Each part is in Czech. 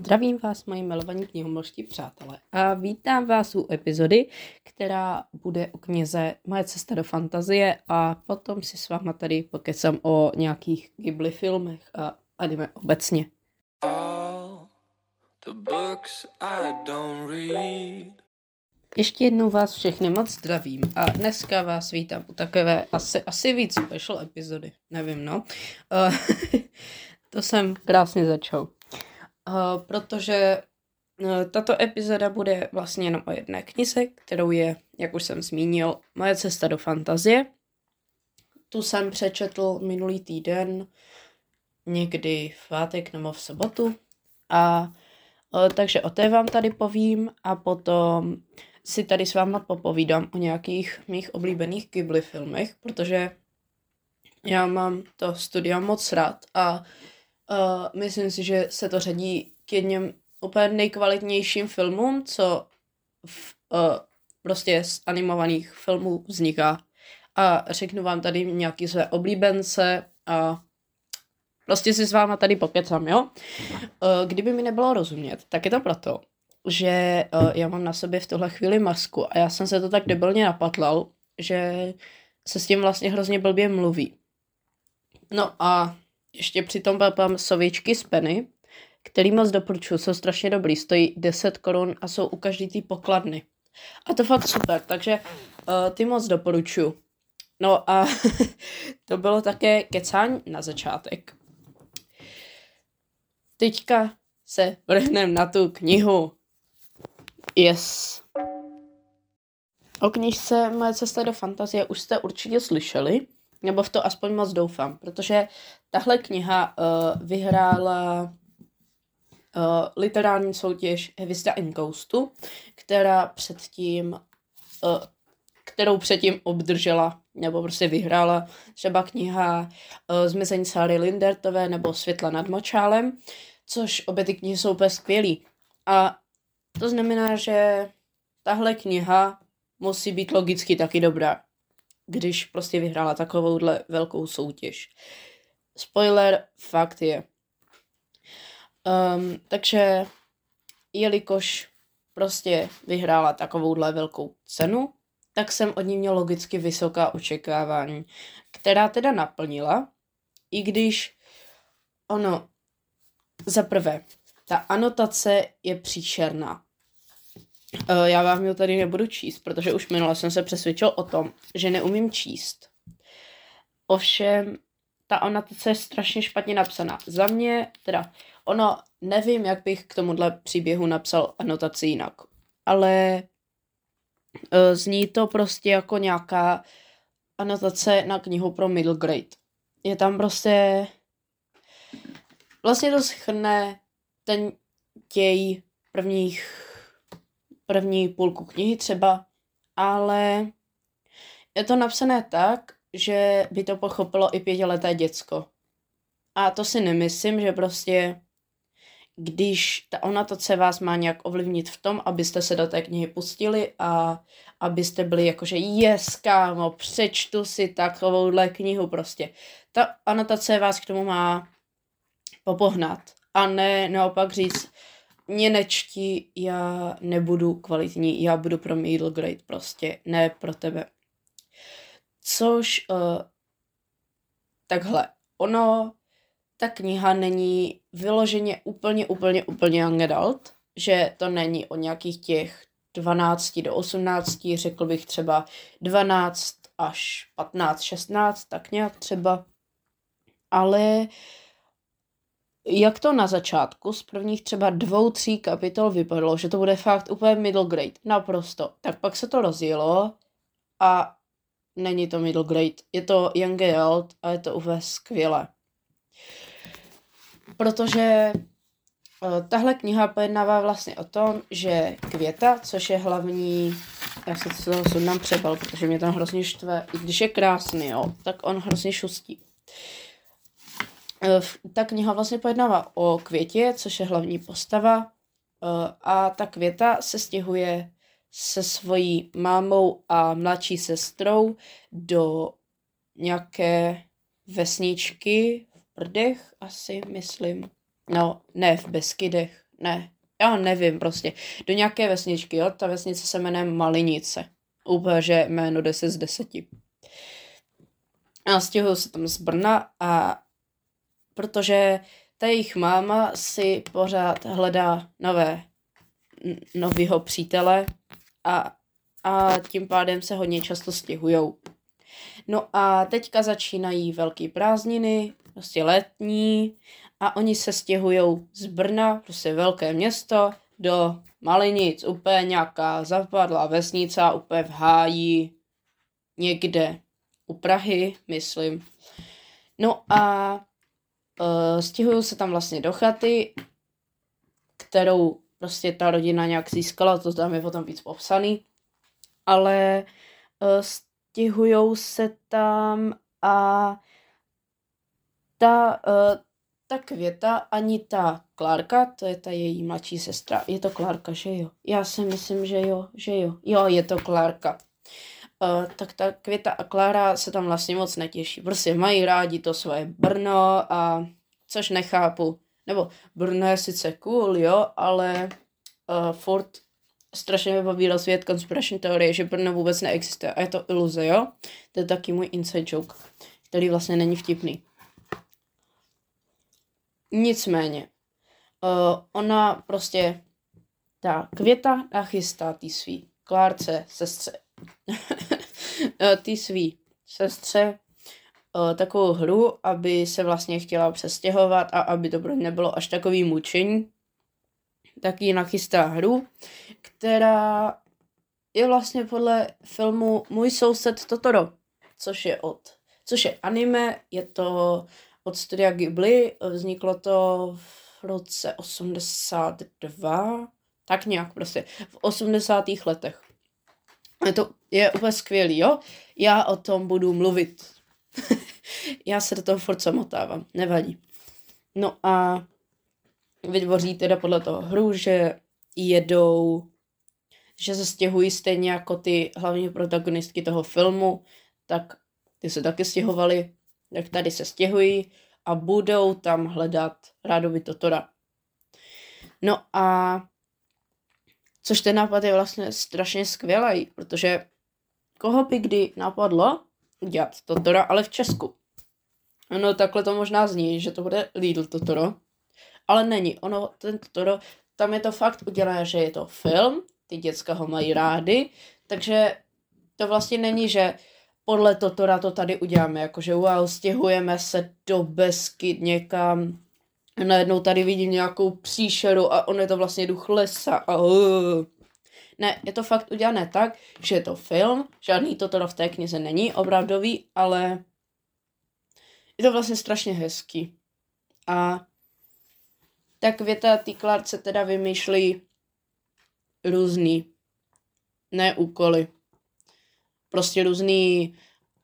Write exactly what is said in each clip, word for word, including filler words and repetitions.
Zdravím vás, moji milovaní knihomolští přátelé, a vítám vás u epizody, která bude o knize Moje cesta do fantazie, a potom si s váma tady pokecám o nějakých Ghibli filmech a anime obecně. All the books I don't read. Ještě jednou vás všechny moc zdravím a dneska vás vítám u takové asi, asi víc special epizody, nevím no. Uh, to jsem krásně začal. Uh, protože uh, tato epizoda bude vlastně jenom o jedné knize, kterou je, jak už jsem zmínil, Moje cesta do fantazie. Tu jsem přečetl minulý týden, někdy v pátek nebo v sobotu. A uh, takže o té vám tady povím a potom si tady s váma popovídám o nějakých mých oblíbených Ghibli filmech, protože já mám to studio moc rád a Uh, myslím si, že se to řadí k jedním úplně nejkvalitnějším filmům, co v, uh, prostě z animovaných filmů vzniká. A řeknu vám tady nějaký své oblíbence a prostě si s váma tady pokecám, jo? Uh, kdyby mi nebylo rozumět, tak je to proto, že uh, já mám na sobě v tuhle chvíli masku a já jsem se to tak debilně napatlal, že se s tím vlastně hrozně blbě mluví. No a ještě přitom papám sověčky z Penny, který moc doporučuji, jsou strašně dobrý, stojí deset korun a jsou u každý té pokladny. A to fakt super, takže uh, ty moc doporučuji. No a to bylo také kecání na začátek. Teďka se vrhneme na tu knihu. Yes. O knižce Moje cesta do fantazie už jste určitě slyšeli, nebo v to aspoň moc doufám, protože tahle kniha uh, vyhrála uh, literární soutěž Hvězda Inkoustu, která předtím, uh, kterou předtím obdržela, nebo prostě vyhrála třeba kniha uh, Zmizení Sáry Lindertové nebo Světla nad močálem, což obě ty knihy jsou úplně skvělý. A to znamená, že tahle kniha musí být logicky taky dobrá, když prostě vyhrála takovouhle velkou soutěž. Spoiler, fakt je. Um, takže, jelikož prostě vyhrála takovouhle velkou cenu, tak jsem od ní měl logicky vysoká očekávání, která teda naplnila, i když ono, za prvé, ta anotace je příšerná. Uh, já vám ji tady nebudu číst, protože už minule jsem se přesvědčil o tom, že neumím číst. Ovšem, ta anotace je strašně špatně napsaná. Za mě, teda, ono, nevím, jak bych k tomuhle příběhu napsal anotaci jinak, ale uh, zní to prostě jako nějaká anotace na knihu pro middle grade. Je tam prostě, vlastně to shrne ten děj prvních první půlku knihy třeba, ale je to napsané tak, že by to pochopilo i pětileté děcko. A to si nemyslím, že prostě, když ta anotace vás má nějak ovlivnit v tom, abyste se do té knihy pustili a abyste byli jakože yes, kámo, přečtu si takovouhle knihu prostě. Ta anotace vás k tomu má popohnat a ne naopak říct, mě nečti, já nebudu kvalitní, já budu pro middle grade prostě, ne pro tebe. Což, uh, takhle, ono, ta kniha není vyloženě úplně, úplně, úplně young adult, že to není o nějakých těch dvanáct do osmnácti, řekl bych třeba dvanáct až patnáct, šestnáct, tak nějak třeba, ale jak to na začátku z prvních třeba dvou, tří kapitol vypadalo, že to bude fakt úplně middle grade, naprosto. Tak pak se to rozjelo a není to middle grade, je to young adult a je to úplně skvělé. Protože uh, tahle kniha pojednává vlastně o tom, že Květa, což je hlavní, já se to toho sundám přebal, protože mě tam hrozně štve, i když je krásný, jo, tak on hrozně šustí. Ta kniha vlastně pojednává o Květě, což je hlavní postava, a ta Květa se stěhuje se svojí mámou a mladší sestrou do nějaké vesničky v Brdech, asi myslím. No, ne, v Beskydech, ne, já nevím prostě, do nějaké vesničky, jo, ta vesnice se jmenuje Malinice, úplně, že jméno deset z deseti. A stěhují se tam z Brna a protože ta jejich máma si pořád hledá nové, novýho přítele a, a tím pádem se hodně často stěhujou. No a teďka začínají velký prázdniny, prostě letní a oni se stěhujou z Brna, prostě velké město, do Malinic, úplně nějaká zapadlá vesnice, úplně v háji, někde u Prahy, myslím. No a uh, stěhují se tam vlastně do chaty, kterou prostě ta rodina nějak získala, to tam je potom víc popsaný, ale uh, stěhujou se tam a ta, uh, ta Květa ani ta Klárka, to je ta její mladší sestra, je to Klárka, že jo? Já si myslím, že jo, že jo, jo, je to Klárka. Uh, tak ta Květa a Klára se tam vlastně moc netěší. Prostě mají rádi to svoje Brno a což nechápu. Nebo Brno je sice cool, jo, ale uh, furt strašně mi pobíral svět konspirační teorie, že Brno vůbec neexistuje a je to iluze, jo. To je taky můj inside joke, který vlastně není vtipný. Nicméně, uh, ona prostě, ta Květa nachystá tý svý Klárce, sestře, ty svý sestře uh, takovou hru, aby se vlastně chtěla přestěhovat a aby to pro ně nebylo až takový mučení, tak jí nachystá hru, která je vlastně podle filmu Můj soused Totoro, což je od, což je anime, je to od studia Ghibli, vzniklo to v roce osmdesát dva, tak nějak prostě, v osmdesátých letech. Je to je úplně skvělý, jo? Já o tom budu mluvit. Já se do toho furt samotávám, nevadí. No a vytvoří teda podle toho hru, že jedou, že se stěhují stejně jako ty hlavní protagonistky toho filmu, tak ty se taky stěhovali, tak tady se stěhují a budou tam hledat Rádovi Totora. No a což ten nápad je vlastně strašně skvělý, protože koho by kdy napadlo dělat Totora, ale v Česku. No takhle to možná zní, že to bude Lidl Totoro, ale není. Ono, ten Totoro, tam je to fakt udělané, že je to film, ty děcka ho mají rády, takže to vlastně není, že podle Totora to tady uděláme, jakože wow, stěhujeme se do Beskyd někam, najednou tady vidím nějakou příšeru a on je to vlastně duch lesa a uh. Ne, je to fakt udělané tak, že je to film, žádný Totoro v té knize není opravdový, ale je to vlastně strašně hezký. A ta Květa tý Klárce teda vymýšlí různý, ne úkoly, prostě různý,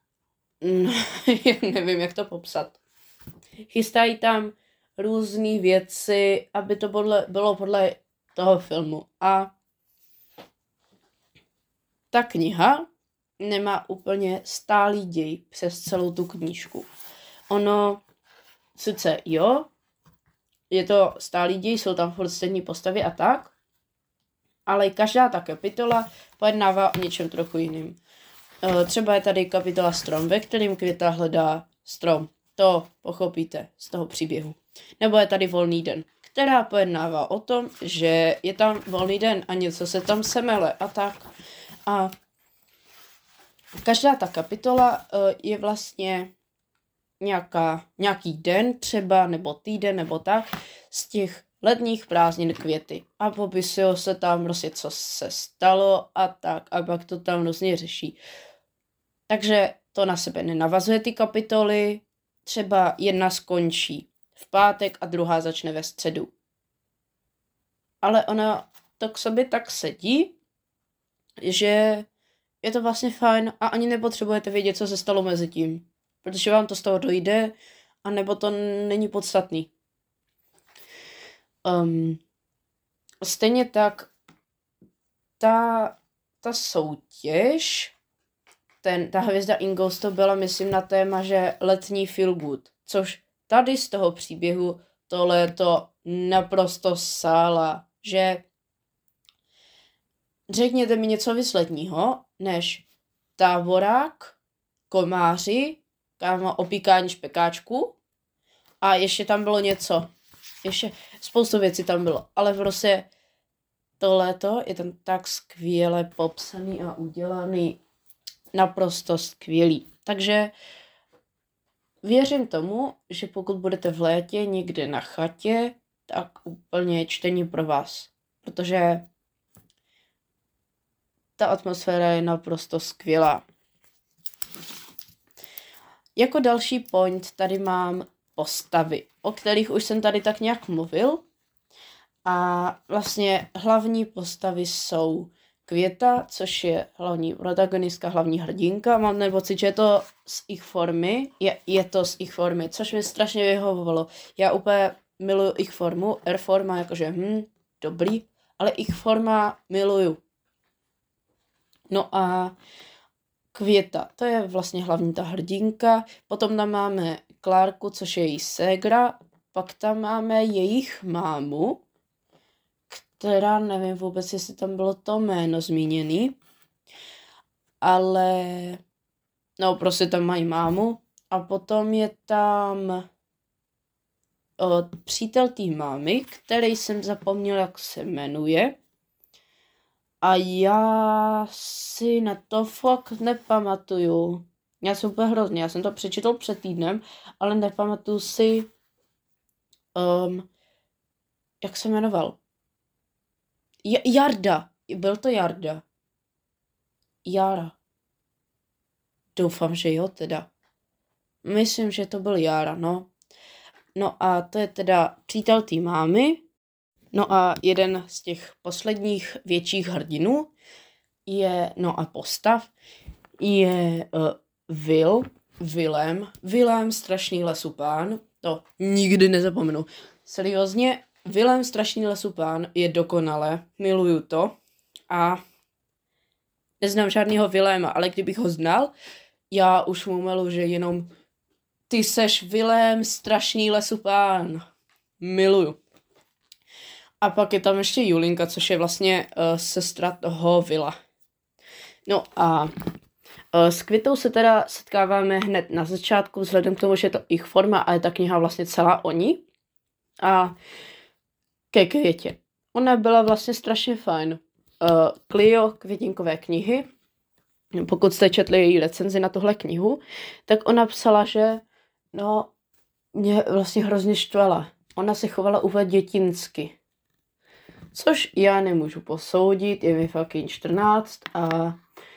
nevím, jak to popsat. Chystají tam různé věci, aby to podle, bylo podle toho filmu. A ta kniha nemá úplně stálý děj přes celou tu knížku. Ono, sice jo, je to stálý děj, jsou tam furt stejné postavy a tak, ale každá ta kapitola pojednává o něčem trochu jiným. Třeba je tady kapitola Strom, ve kterým Květa hledá strom. To pochopíte z toho příběhu. Nebo je tady Volný den, která pojednává o tom, že je tam volný den a něco se tam semele a tak. A každá ta kapitola uh, je vlastně nějaká, nějaký den třeba, nebo týden, nebo tak, z těch letních prázdnin Květy. A popisují se tam prostě, co se stalo a tak. A pak to tam různě řeší. Takže to na sebe nenavazuje ty kapitoly. Třeba jedna skončí v pátek a druhá začne ve středu. Ale ona to k sobě tak sedí, že je to vlastně fajn a ani nepotřebujete vědět, co se stalo mezi tím. Protože vám to z toho dojde, a nebo to není podstatný. Um, stejně tak ta, ta soutěž, ten, ta hvězda Ingoust to byla, myslím, na téma, že letní feel good, což tady z toho příběhu tohle je to naprosto sála, že řekněte mi něco výsledního, než táborák, komáři, kámo, opíkání špekáčku a ještě tam bylo něco. Ještě spoustu věcí tam bylo, ale prostě tohleto je tam tak skvěle popsaný a udělaný, naprosto skvělý. Takže věřím tomu, že pokud budete v létě někde na chatě, tak úplně čtení pro vás, protože ta atmosféra je naprosto skvělá. Jako další point tady mám postavy, o kterých už jsem tady tak nějak mluvil. A vlastně hlavní postavy jsou Květa, což je hlavní protagonistka, hlavní hrdinka. Mám ten pocit, že je to z ich formy, je, je to z ich formy, což mi strašně vyhovovalo. Já úplně miluju ich formu, R forma, jakože hm, dobrý, ale ich forma miluju. No a Květa, to je vlastně hlavní ta hrdinka. Potom tam máme Klárku, což je její ségra. Pak tam máme jejich mámu, která nevím vůbec, jestli tam bylo to jméno zmíněný. Ale no prostě tam mají mámu. A potom je tam o, přítel té mámy, který jsem zapomněl, jak se jmenuje. A já si na to fakt nepamatuju. Já jsem úplně hrozně, já jsem to přečetl před týdnem, ale nepamatuju si, um, jak se jmenoval. J- Jarda, byl to Jarda. Jára. Doufám, že jo teda. Myslím, že to byl Jára, no. No a to je teda přítel té mámy. No a jeden z těch posledních větších hrdinů je, no a postav, je uh, Will, Willem, Willem strašný lesupán, to nikdy nezapomenu. Seriózně, Willem strašný lesupán je dokonale, miluju to a neznám žádného Willéma, ale kdybych ho znal, já už mu miluju, že jenom ty seš Willem strašný lesupán, miluju. A pak je tam ještě Julinka, což je vlastně uh, sestra toho Willa. No a uh, s Květou se teda setkáváme hned na začátku, vzhledem k tomu, že je to jejich forma a je ta kniha vlastně celá o ní. A ke Květě. Ona byla vlastně strašně fajn. Uh, Clio, Květinkové knihy, pokud jste četli její recenzi na tuhle knihu, tak ona psala, že no, mě vlastně hrozně štvala. Ona se chovala úplně dětinsky. Což já nemůžu posoudit, je mi fucking čtrnáct a uh,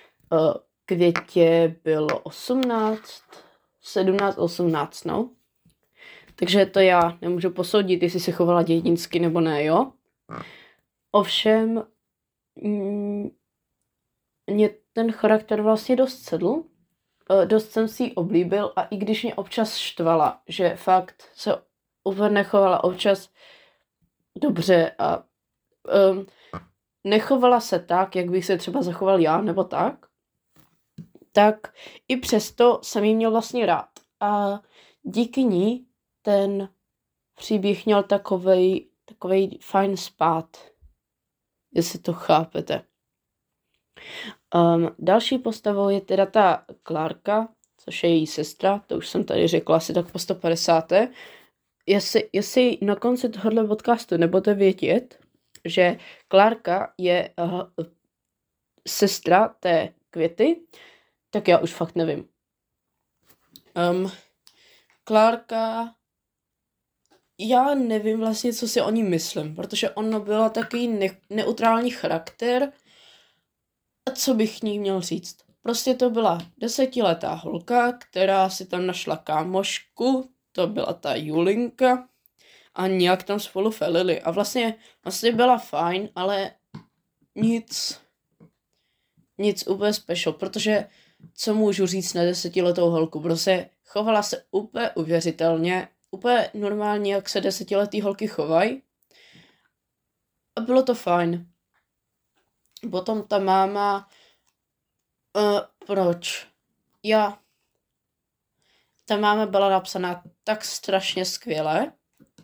Květě bylo osmnáct, sedmnáct, osmnáct, no. Takže to já nemůžu posoudit, jestli se chovala dětinsky nebo ne, jo. Ovšem, mm, mě ten charakter vlastně dost sedl, uh, dost jsem si ji oblíbil a i když mě občas štvala, že fakt se úplně nechovala občas dobře a Um, nechovala se tak, jak bych se třeba zachoval já, nebo tak, tak i přesto jsem jí měl vlastně rád. A díky ní ten příběh měl takovej, takovej fajn spát, jestli to chápete. Um, další postavou je teda ta Klárka, což je její sestra, to už jsem tady řekla asi tak po sto padesát. Jestli, jestli na konci tohohle podcastu nebudete vědět, že Klárka je uh, sestra té Květy, tak já už fakt nevím. Um, Klárka, já nevím vlastně, co si o ní myslím, protože ona byla takový ne- neutrální charakter. A co bych ní měl říct? Prostě to byla desetiletá holka, která si tam našla kámošku, to byla ta Julinka, a nějak tam spolu felili. A vlastně, vlastně byla fajn, ale nic, nic úplně special, protože co můžu říct na desetiletou holku? Prostě chovala se úplně uvěřitelně, úplně normálně, jak se desetiletý holky chovají. A bylo to fajn. Potom ta máma, uh, proč? Já, ta máma byla napsaná tak strašně skvěle,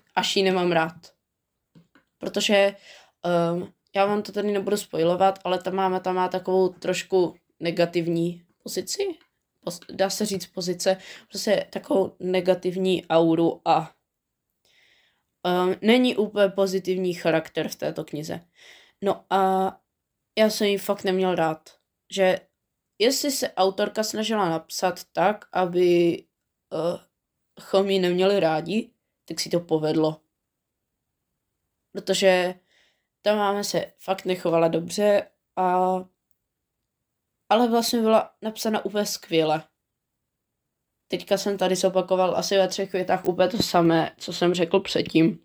až ji nemám rád. Protože um, já vám to tady nebudu spoilovat, ale ta máma tam má takovou trošku negativní pozici, Pos- dá se říct pozice, prostě takovou negativní auru a um, není úplně pozitivní charakter v této knize. No a já jsem ji fakt neměl rád, že jestli se autorka snažila napsat tak, aby uh, chom ji neměli rádi, tak si to povedlo. Protože ta máma se fakt nechovala dobře, a ale vlastně byla napsána úplně skvěle. Teďka jsem tady zopakoval asi ve třech větách úplně to samé, co jsem řekl předtím.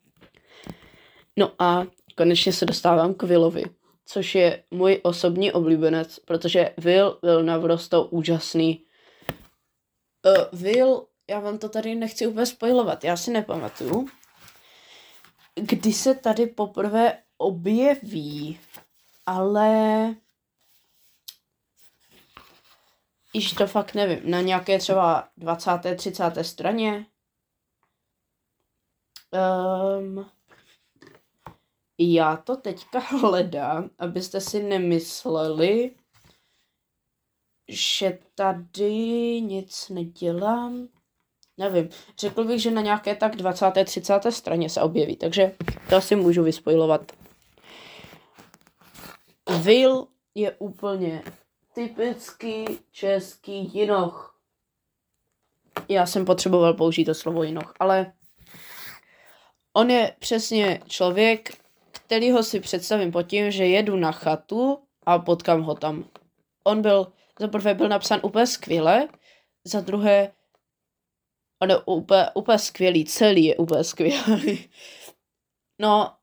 No a konečně se dostávám k Willovi, což je můj osobní oblíbenec, protože Will byl naprosto úžasný. Uh, Will, já vám to tady nechci úplně spoilovat, já si nepamatuju, kdy se tady poprvé objeví, ale již to fakt nevím, na nějaké třeba dvacáté třicáté straně. Um, já to teďka hledám, abyste si nemysleli, že tady nic nedělám. Nevím, řekl bych, že na nějaké tak dvacáté třicáté straně se objeví, takže to asi můžu vyspojovat. Will je úplně typický český jinoch. Já jsem potřeboval použít to slovo jinoch, ale on je přesně člověk, kterýho si představím pod tím, že jedu na chatu a potkám ho tam. On byl, za prvé byl napsán úplně skvěle, za druhé on je úplně, úplně skvělý, celý je úplně skvělý. No,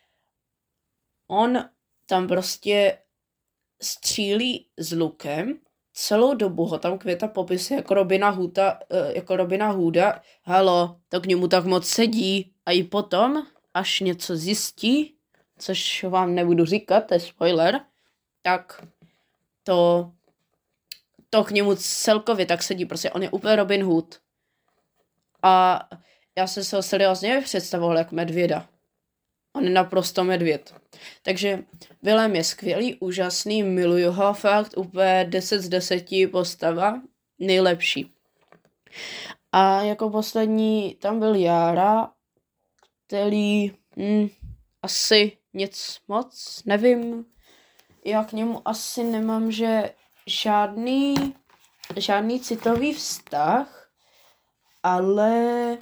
on tam prostě střílí s lukem, celou dobu ho tam Květa popisuje jako Robina Hooda, jako Robina Hooda, halo, to k němu tak moc sedí, a i potom, až něco zjistí, což vám nebudu říkat, to je spoiler, tak to, to k němu celkově tak sedí, prostě on je úplně Robin Hood. A já jsem se ho seriózně představoval jako medvěda. On je naprosto medvěd. Takže Willem je skvělý, úžasný, miluju ho, fakt úplně deset z deseti postava, nejlepší. A jako poslední tam byl Jára, který hm, asi nic moc, nevím, já k němu asi nemám, že žádný, žádný citový vztah, ale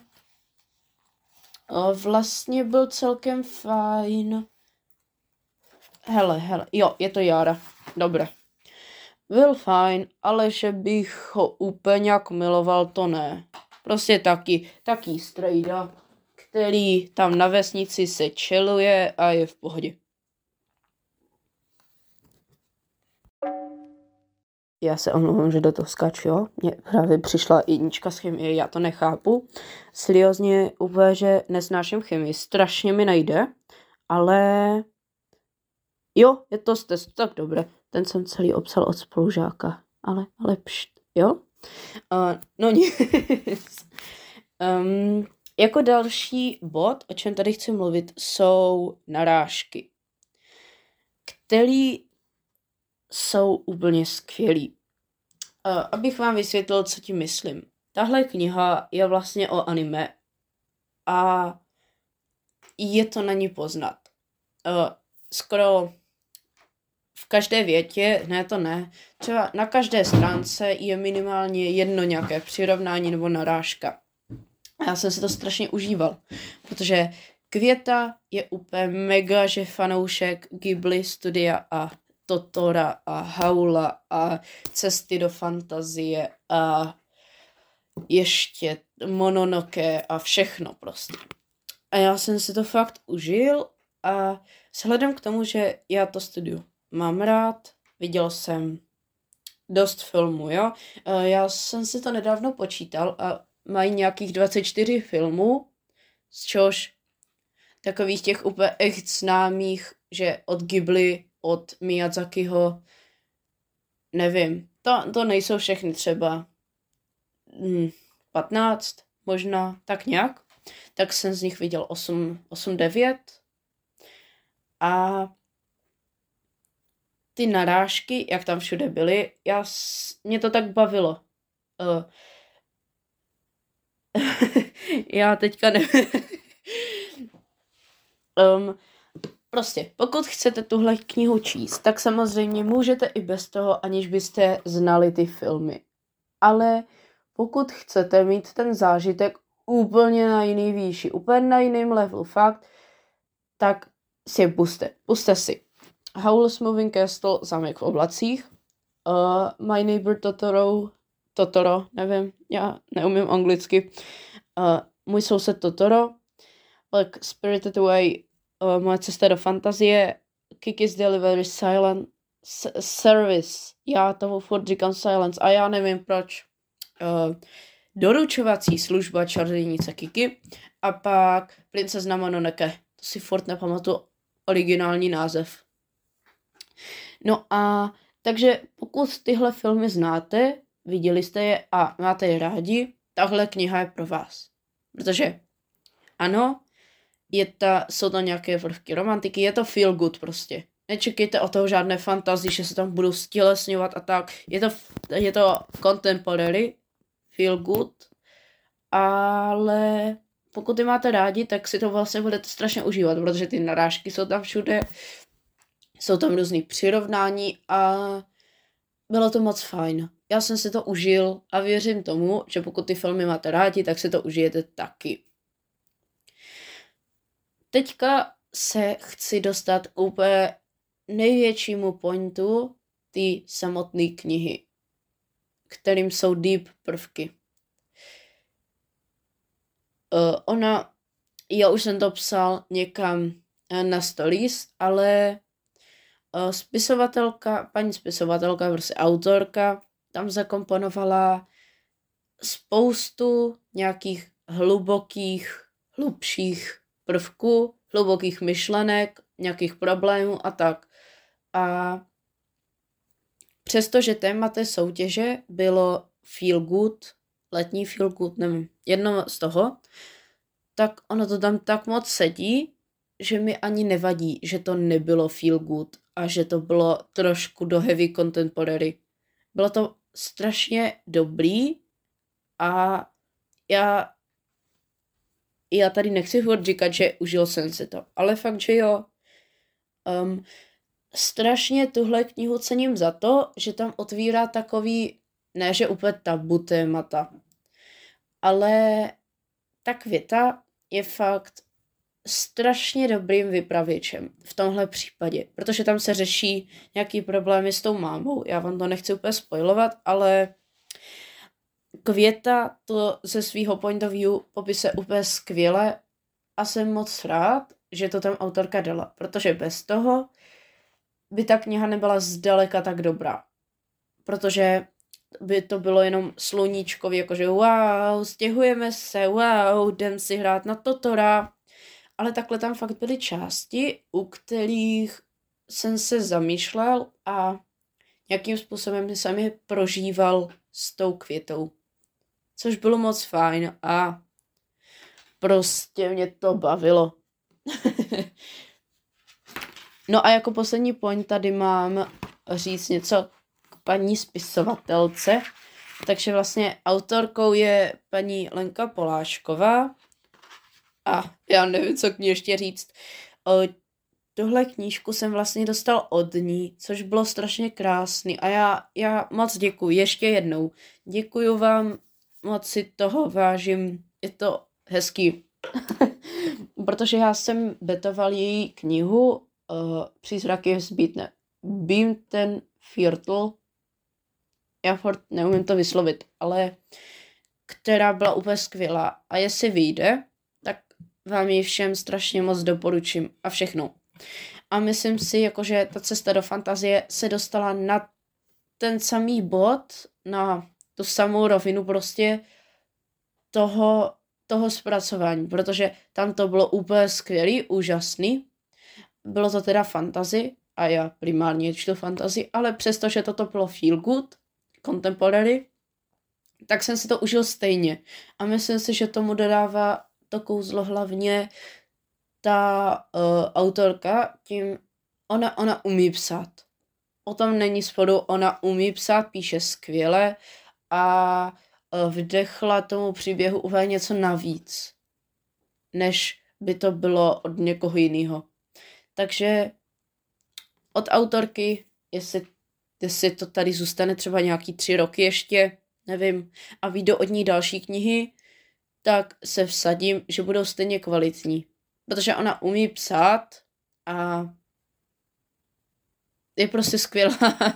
vlastně byl celkem fajn. Hele, hele, jo, je to Jára, dobré. Byl fajn, ale že bych ho úplně jak miloval, to ne. Prostě taky, taky strejda, který tam na vesnici se čeluje a je v pohodě. Já se omlouvám, že do toho skáču, jo. Mně právě přišla jednička z chemie, já to nechápu. Seriózně úplně, že nesnáším chemii, strašně mi nejde, ale jo, je to z testu, tak dobré. Ten jsem celý obsal od spolužáka, ale, ale pšt, jo. Uh, no nic. um, jako další bod, o čem tady chci mluvit, jsou narážky, který jsou úplně skvělý. Uh, abych vám vysvětlil, co tím myslím. Tahle kniha je vlastně o anime a je to na ní poznat. Uh, skoro v každé větě, ne to ne, třeba na každé stránce je minimálně jedno nějaké přirovnání nebo narážka. A já jsem si to strašně užíval, protože Květa je úplně mega, že fanoušek Ghibli studia a Totora a Haula a Cesty do fantazie a ještě Mononoke a všechno prostě. A já jsem si to fakt užil a vzhledem k tomu, že já to studiu mám rád, viděl jsem dost filmů, jo. Já jsem si to nedávno počítal a mají nějakých dvacet čtyři filmů, z čehož takových těch úplně echt známých, že od Ghibli, od Miyazakiho, nevím, to, to nejsou všechny třeba hmm, patnáct, možná, tak nějak. tak jsem z nich viděl osm devět. A ty narážky, jak tam všude byly, já, mě to tak bavilo. Uh, já teďka nevím. um, prostě, pokud chcete tuhle knihu číst, tak samozřejmě můžete i bez toho, aniž byste znali ty filmy. Ale pokud chcete mít ten zážitek úplně na jiný výši, úplně na jiném levelu, fakt, tak si je puste. Puste si Howl's Moving Castle, Zámek v oblacích, uh, My Neighbor Totoro, Totoro, nevím, já neumím anglicky, uh, Můj soused Totoro, pak Spirited Away, uh, Moje cesta do fantazie, Kiki's Delivery Silent S- Service, já tomu furt říkám Silence a já nevím proč, uh, Doručovací služba čarodějnice Kiki a pak Princezna Mononoke, to si furt nepamatuju originální název. No a takže pokud tyhle filmy znáte, viděli jste je a máte je rádi, tahle kniha je pro vás. Protože ano, je ta, jsou tam nějaké prvky romantiky, je to feel good prostě. Nečekejte od toho žádné fantazii, že se tam budou stělesňovat a tak. Je to, je to contemporary, feel good, ale pokud je máte rádi, tak si to vlastně budete strašně užívat, protože ty narážky jsou tam všude, jsou tam různý přirovnání a bylo to moc fajn. Já jsem si to užil a věřím tomu, že pokud ty filmy máte rádi, tak si to užijete taky. Teďka se chci dostat k úplně největšímu pointu té samotné knihy, kterým jsou deep prvky. Uh, ona, já už jsem to psal někam na stories, ale uh, spisovatelka, paní spisovatelka, prostě autorka, tam zakomponovala spoustu nějakých hlubokých, hlubších prvků, hlubokých myšlenek, nějakých problémů a tak. A přestože téma té soutěže bylo feel good, letní feel good, nevím, jedno z toho, tak ono to tam tak moc sedí, že mi ani nevadí, že to nebylo feel good a že to bylo trošku do heavy contemporary. Bylo to strašně dobrý a já já tady nechci furt říkat, že užil jsem si to, ale fakt, že jo. Um, strašně tuhle knihu cením za to, že tam otvírá takový, ne že úplně tabu témata, ale ta Květa je fakt strašně dobrým vypravěčem v tomhle případě, protože tam se řeší nějaký problémy s tou mámou, já vám to nechci úplně spoilovat, ale Květa to ze svýho point of view popise úplně skvěle a jsem moc rád, že to tam autorka dala, protože bez toho by ta kniha nebyla zdaleka tak dobrá, protože by to bylo jenom sluníčkový, jakože wow, stěhujeme se, wow, jdem si hrát na Totora, ale takhle tam fakt byly části, u kterých jsem se zamýšlel a nějakým způsobem jsem je prožíval s tou Květou. Což bylo moc fajn a prostě mě to bavilo. No a jako poslední point tady mám říct něco k paní spisovatelce. Takže vlastně autorkou je paní Lenka Polášková. A já nevím, co k ní ještě říct. O, tuhle knížku jsem vlastně dostal od ní, což bylo strašně krásný. A já, já moc děkuji, ještě jednou. Děkuju vám, moc si toho vážím, je to hezký. Protože já jsem betoval její knihu uh, Přízraky vzbítne. Bím ten Viertel, já furt neumím to vyslovit, ale která byla úplně skvělá. A jestli vyjde, tak vám ji všem strašně moc doporučím a všechno. A myslím si, jakože ta cesta do fantazie se dostala na ten samý bod, na tu samou rovinu prostě toho, toho zpracování, protože tam to bylo úplně skvělý, úžasný. Bylo to teda fantasy a já primárně čtu fantasy, ale přestože toto bylo feel good, contemporary, tak jsem si to užil stejně. A myslím si, že tomu dodává to kouzlo hlavně ta uh, autorka, tím ona, ona umí psát. O tom není sporu, ona umí psát, píše skvěle a uh, vdechla tomu příběhu úplně něco navíc, než by to bylo od někoho jiného. Takže od autorky, jestli, jestli to tady zůstane třeba nějaký tři roky ještě, nevím, a vyjdou od ní další knihy, tak se vsadím, že budou stejně kvalitní. Protože ona umí psát a je prostě skvělá.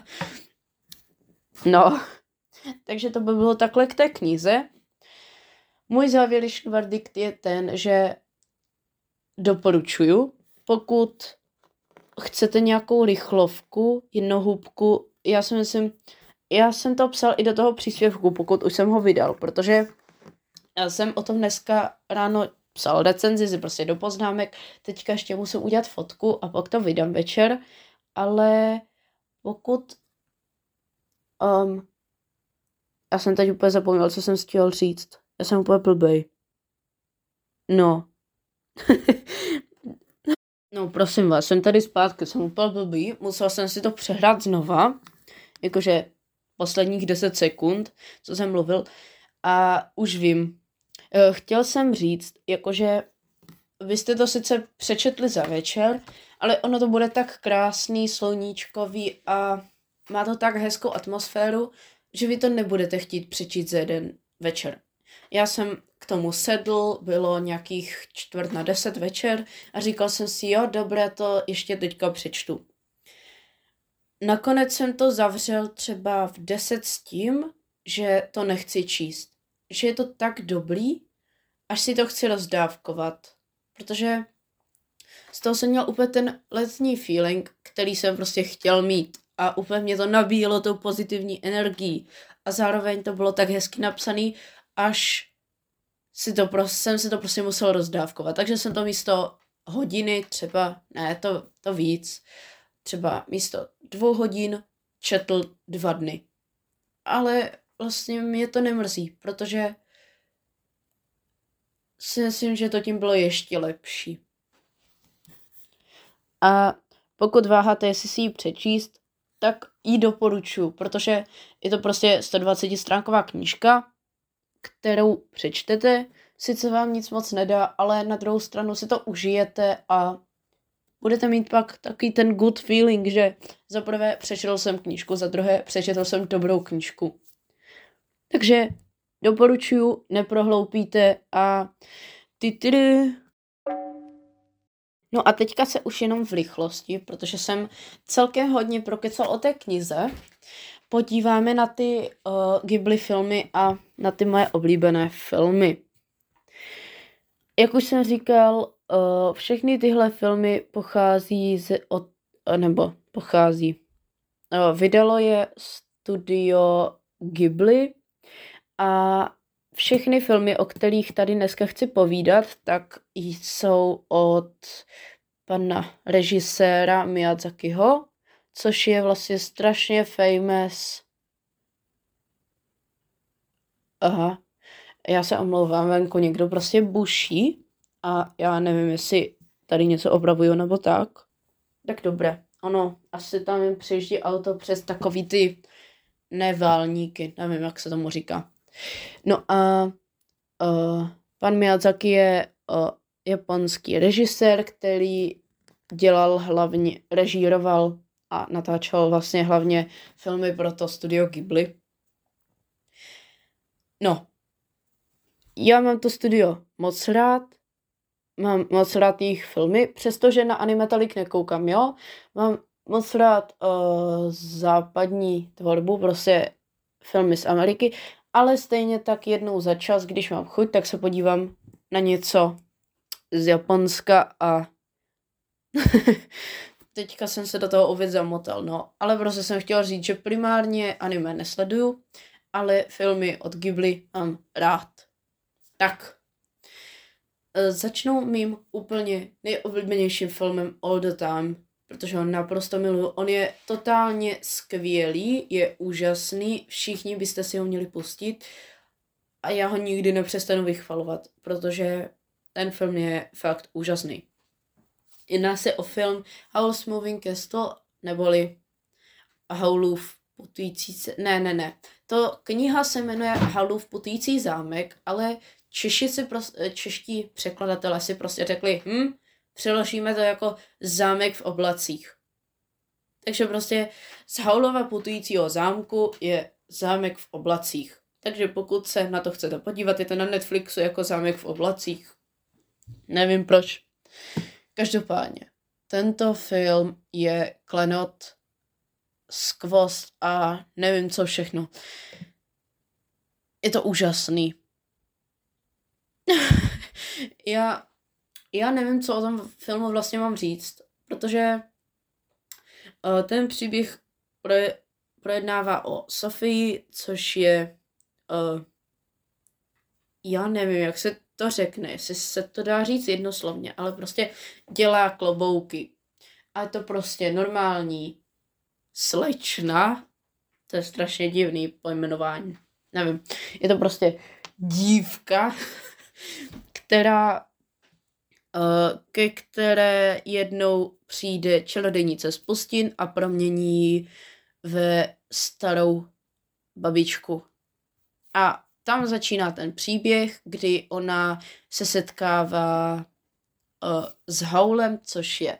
No, takže to by bylo takhle k té knize. Můj závěrečný verdikt je ten, že doporučuju, pokud chcete nějakou rychlovku, jednohubku, já si myslím, já jsem to psal i do toho příspěvku, pokud už jsem ho vydal, protože já jsem o tom dneska ráno psal recenzi, prostě do poznámek, teďka ještě musím udělat fotku a pak to vydám večer, ale pokud um, já jsem teď úplně zapomněl, co jsem chtěl říct. Já jsem úplně blbej. No. No, prosím vás, jsem tady zpátky, jsem úplně blbý, musel jsem si to přehrát znova, jakože posledních deset sekund, co jsem mluvil, a už vím. Chtěl jsem říct, jakože vy jste to sice přečetli za večer, ale ono to bude tak krásný, sluníčkový a má to tak hezkou atmosféru, že vy to nebudete chtít přečíst za jeden večer. Já jsem k tomu sedl, bylo nějakých čtvrt na deset večer a říkal jsem si, jo, dobré, to ještě teďka přečtu. Nakonec jsem to zavřel třeba v deset s tím, že to nechci číst. Že je to tak dobrý, až si to chci rozdávkovat. Protože z toho jsem měl úplně ten letní feeling, který jsem prostě chtěl mít. A úplně mě to nabíjelo tou pozitivní energií. A zároveň to bylo tak hezky napsaný, až si to prostě, jsem si to prostě musel rozdávkovat. Takže jsem to místo hodiny třeba, ne, to, to víc, třeba místo dvou hodin četl dva dny. Ale vlastně mě to nemrzí, protože si myslím, že to tím bylo ještě lepší. A pokud váháte, jestli si ji přečíst, tak ji doporučuji, protože je to prostě sto dvacet stránková knížka, kterou přečtete, sice vám nic moc nedá, ale na druhou stranu si to užijete a budete mít pak takový ten good feeling, že za prvé přečetl jsem knížku, za druhé přečetl jsem dobrou knížku. Takže doporučuji, neprohloupíte a ty ty. No a teďka se už jenom v rychlosti, protože jsem celkem hodně prokecal o té knize, podíváme na ty uh, Ghibli filmy a na ty moje oblíbené filmy. Jak už jsem říkal, uh, všechny tyhle filmy pochází z, od, nebo pochází. Uh, vydalo je studio Ghibli a všechny filmy, o kterých tady dneska chci povídat, tak jsou od pana režiséra Miyazakiho, což je vlastně strašně famous. Aha, já se omlouvám, venku někdo prostě buší a já nevím, jestli tady něco opravuju nebo tak. Tak dobré, ono, asi tam jim přijíždí auto přes takový ty neválníky, nevím, jak se tomu říká. No a uh, pan Miyazaki je uh, japonský režisér, který dělal hlavně, režíroval a natáčel vlastně hlavně filmy pro to studio Ghibli. No, já mám to studio moc rád, mám moc rád jejich filmy, přestože na anime tolik nekoukám, jo. Mám moc rád uh, západní tvorbu, prostě filmy z Ameriky, ale stejně tak jednou za čas, když mám chuť, tak se podívám na něco z Japonska a teďka jsem se do toho opět zamotal, no. Ale prostě jsem chtěl říct, že primárně anime nesleduju, ale filmy od Ghibli mám rád. Tak. Začnu mým úplně nejoblíbenějším filmem all the time, protože ho naprosto miluju. On je totálně skvělý, je úžasný, všichni byste si ho měli pustit a já ho nikdy nepřestanu vychvalovat, protože ten film je fakt úžasný. Jedná se o film Howl's Moving Castle, neboli Howlův putující se... Ne, ne, ne. To kniha se jmenuje Howlův putující zámek, ale Češi si pros- čeští překladatelé si prostě řekli, hm, přeložíme to jako zámek v oblacích. Takže prostě z Howlova putujícího zámku je zámek v oblacích. Takže pokud se na to chcete podívat, je to na Netflixu jako zámek v oblacích. Nevím proč. Každopádně, tento film je klenot, skvost a nevím co všechno. Je to úžasný. já, já nevím, co o tom filmu vlastně mám říct, protože uh, ten příběh proje, projednává o Sofii, což je uh, já nevím, jak se to řekne, jestli se to dá říct jednoslovně, ale prostě dělá klobouky. A je to prostě normální slečna, to je strašně divný pojmenování, nevím, je to prostě dívka, která, uh, ke které jednou přijde čarodějnice z pustin a promění ji ve starou babičku. A tam začíná ten příběh, kdy ona se setkává uh, s Howlem, což je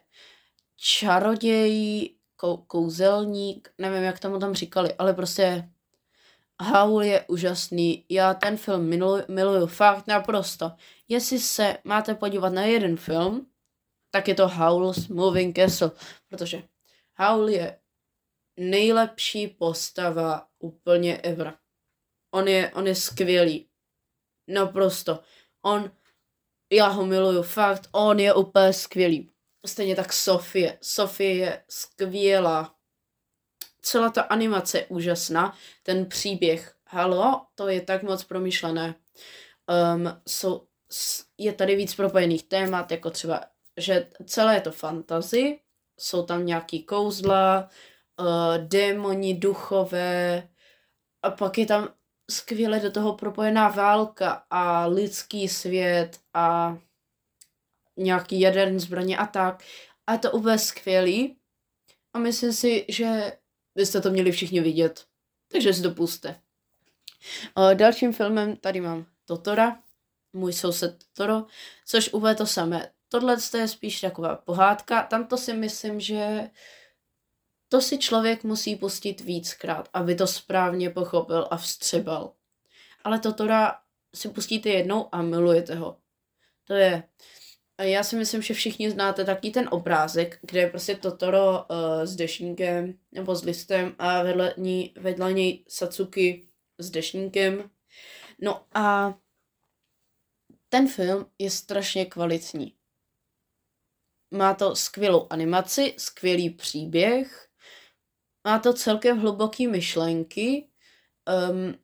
čaroděj, kou- kouzelník, nevím, jak tomu tam říkali, ale prostě Howl je úžasný. Já ten film miluju, miluju fakt naprosto. Jestli se máte podívat na jeden film, tak je to Howl's Moving Castle, protože Howl je nejlepší postava úplně ever. On je, on je skvělý. Naprosto. On, já ho miluju, fakt, on je úplně skvělý. Stejně tak Sofie. Sofie je skvělá. Celá ta animace je úžasná. Ten příběh, halo, to je tak moc promyšlené. Um, jsou, je tady víc propojených témat, jako třeba, že celé je to fantasy, jsou tam nějaký kouzla, uh, démoni, duchové, a pak je tam skvěle do toho propojená válka a lidský svět a nějaký jaderný zbraně a tak. A je to úplně skvělý. A myslím si, že byste to měli všichni vidět. Takže si to puste. Dalším filmem tady mám Totora, Můj soused Totoro, což úplně to samé. Tohle je spíš taková pohádka. Tamto si myslím, že to si člověk musí pustit víckrát, aby to správně pochopil a vstřebal. Ale Totora si pustíte jednou a milujete ho. To je... Já si myslím, že všichni znáte taky ten obrázek, kde je prostě Totoro uh, s deštníkem nebo s listem a vedle, ní, vedle něj Satsuki s deštníkem. No a ten film je strašně kvalitní. Má to skvělou animaci, skvělý příběh, má to celkem hluboký myšlenky um,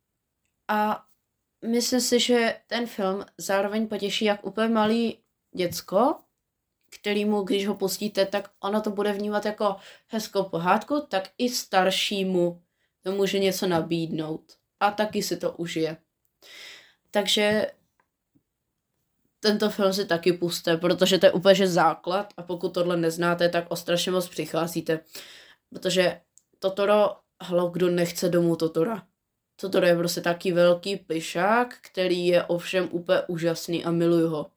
a myslím si, že ten film zároveň potěší jak úplně malý děcko, kterýmu, když ho pustíte, tak ono to bude vnímat jako hezkou pohádku, tak i staršímu to může něco nabídnout a taky si to užije. Takže tento film si taky puste, protože to je úplně že základ a pokud tohle neznáte, tak o strašně moc přicházíte. Protože Totoro, halo, kdo nechce domů Totora. Totoro je prostě taky velký plišák, který je ovšem úplně úžasný a miluju ho.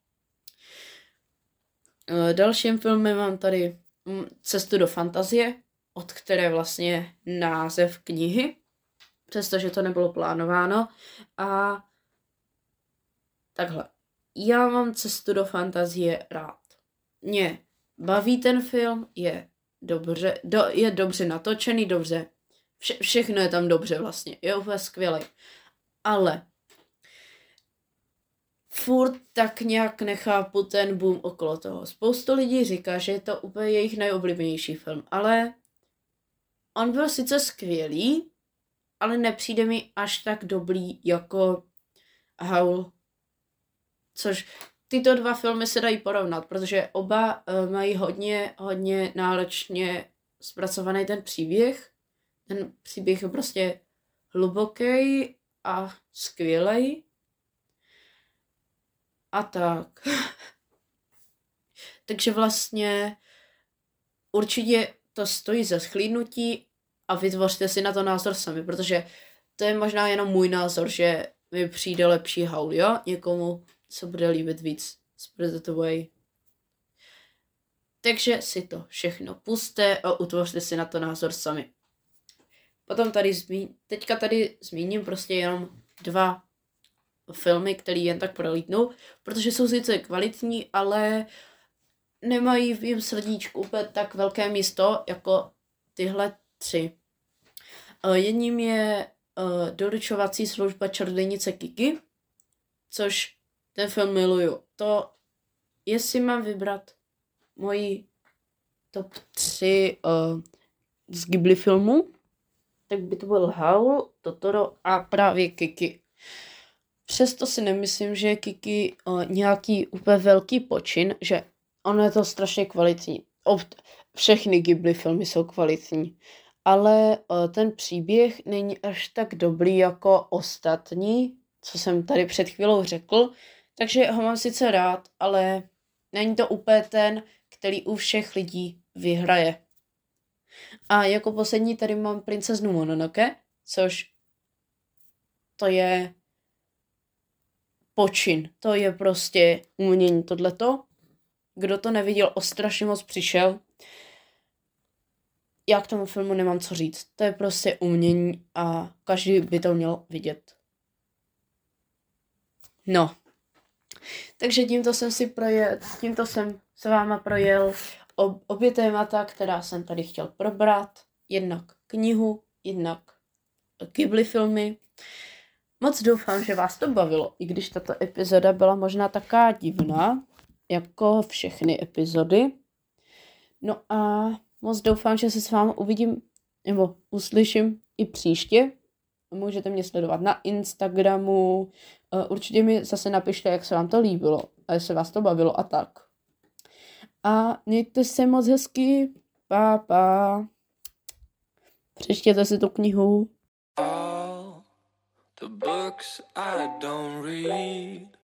Dalším filmem mám tady Cestu do fantazie, od které vlastně název knihy, přestože to nebylo plánováno. A takhle. Já mám Cestu do fantazie rád. Mě baví ten film, je dobře, do, je dobře natočený, dobře. Vše, všechno je tam dobře vlastně, je úplně skvělý. Ale furt tak nějak nechápu ten boom okolo toho. Spoustu lidí říká, že je to úplně jejich nejoblíbenější film, ale on byl sice skvělý, ale nepřijde mi až tak dobrý jako Howl. Což tyto dva filmy se dají porovnat, protože oba uh, mají hodně, hodně náročně zpracovaný ten příběh. Ten příběh je prostě hluboký a skvělej. a tak. Takže vlastně určitě to stojí za shlídnutí a vytvořte si na to názor sami, protože to je možná jenom můj názor, že mi přijde lepší Howl, jo? Někomu se bude líbit víc Spirited Away. Takže si to všechno puste a utvořte si na to názor sami. Potom tady zmín, teďka tady zmíním prostě jenom dva filmy, které jen tak prolítnou, protože jsou sice kvalitní, ale nemají v mém srdíčku úplně tak velké místo jako tyhle tři. Uh, jedním je uh, doručovací služba Čarodějnice Kiki, což ten film miluju. To, jestli mám vybrat moji top tři uh, z Ghibli filmů, tak by to byl Howl, Totoro a právě Kiki. Přesto si nemyslím, že je Kiki uh, nějaký úplně velký počin, že ono je to strašně kvalitní. Ob- všechny Ghibli filmy jsou kvalitní, ale uh, ten příběh není až tak dobrý jako ostatní, co jsem tady před chvílou řekl, takže ho mám sice rád, ale není to úplně ten, který u všech lidí vyhraje. A jako poslední tady mám Princeznu Mononoke, což to je počin. To je prostě umění tohleto. Kdo to neviděl, o strašně moc přišel. Já k tomu filmu nemám co říct. To je prostě umění a každý by to měl vidět. No. Takže tímto jsem si projel, tímto jsem s váma projel ob, obě témata, která jsem tady chtěl probrat. Jednak knihu, jednak Ghibli filmy. Moc doufám, že vás to bavilo, i když tato epizoda byla možná taká divná, jako všechny epizody. No a moc doufám, že se s vámi uvidím, nebo uslyším i příště. Můžete mě sledovat na Instagramu. Určitě mi zase napište, jak se vám to líbilo, a jestli vás to bavilo a tak. A mějte se moc hezky. Pa, pa. Přečtěte si tu knihu. All the books I don't read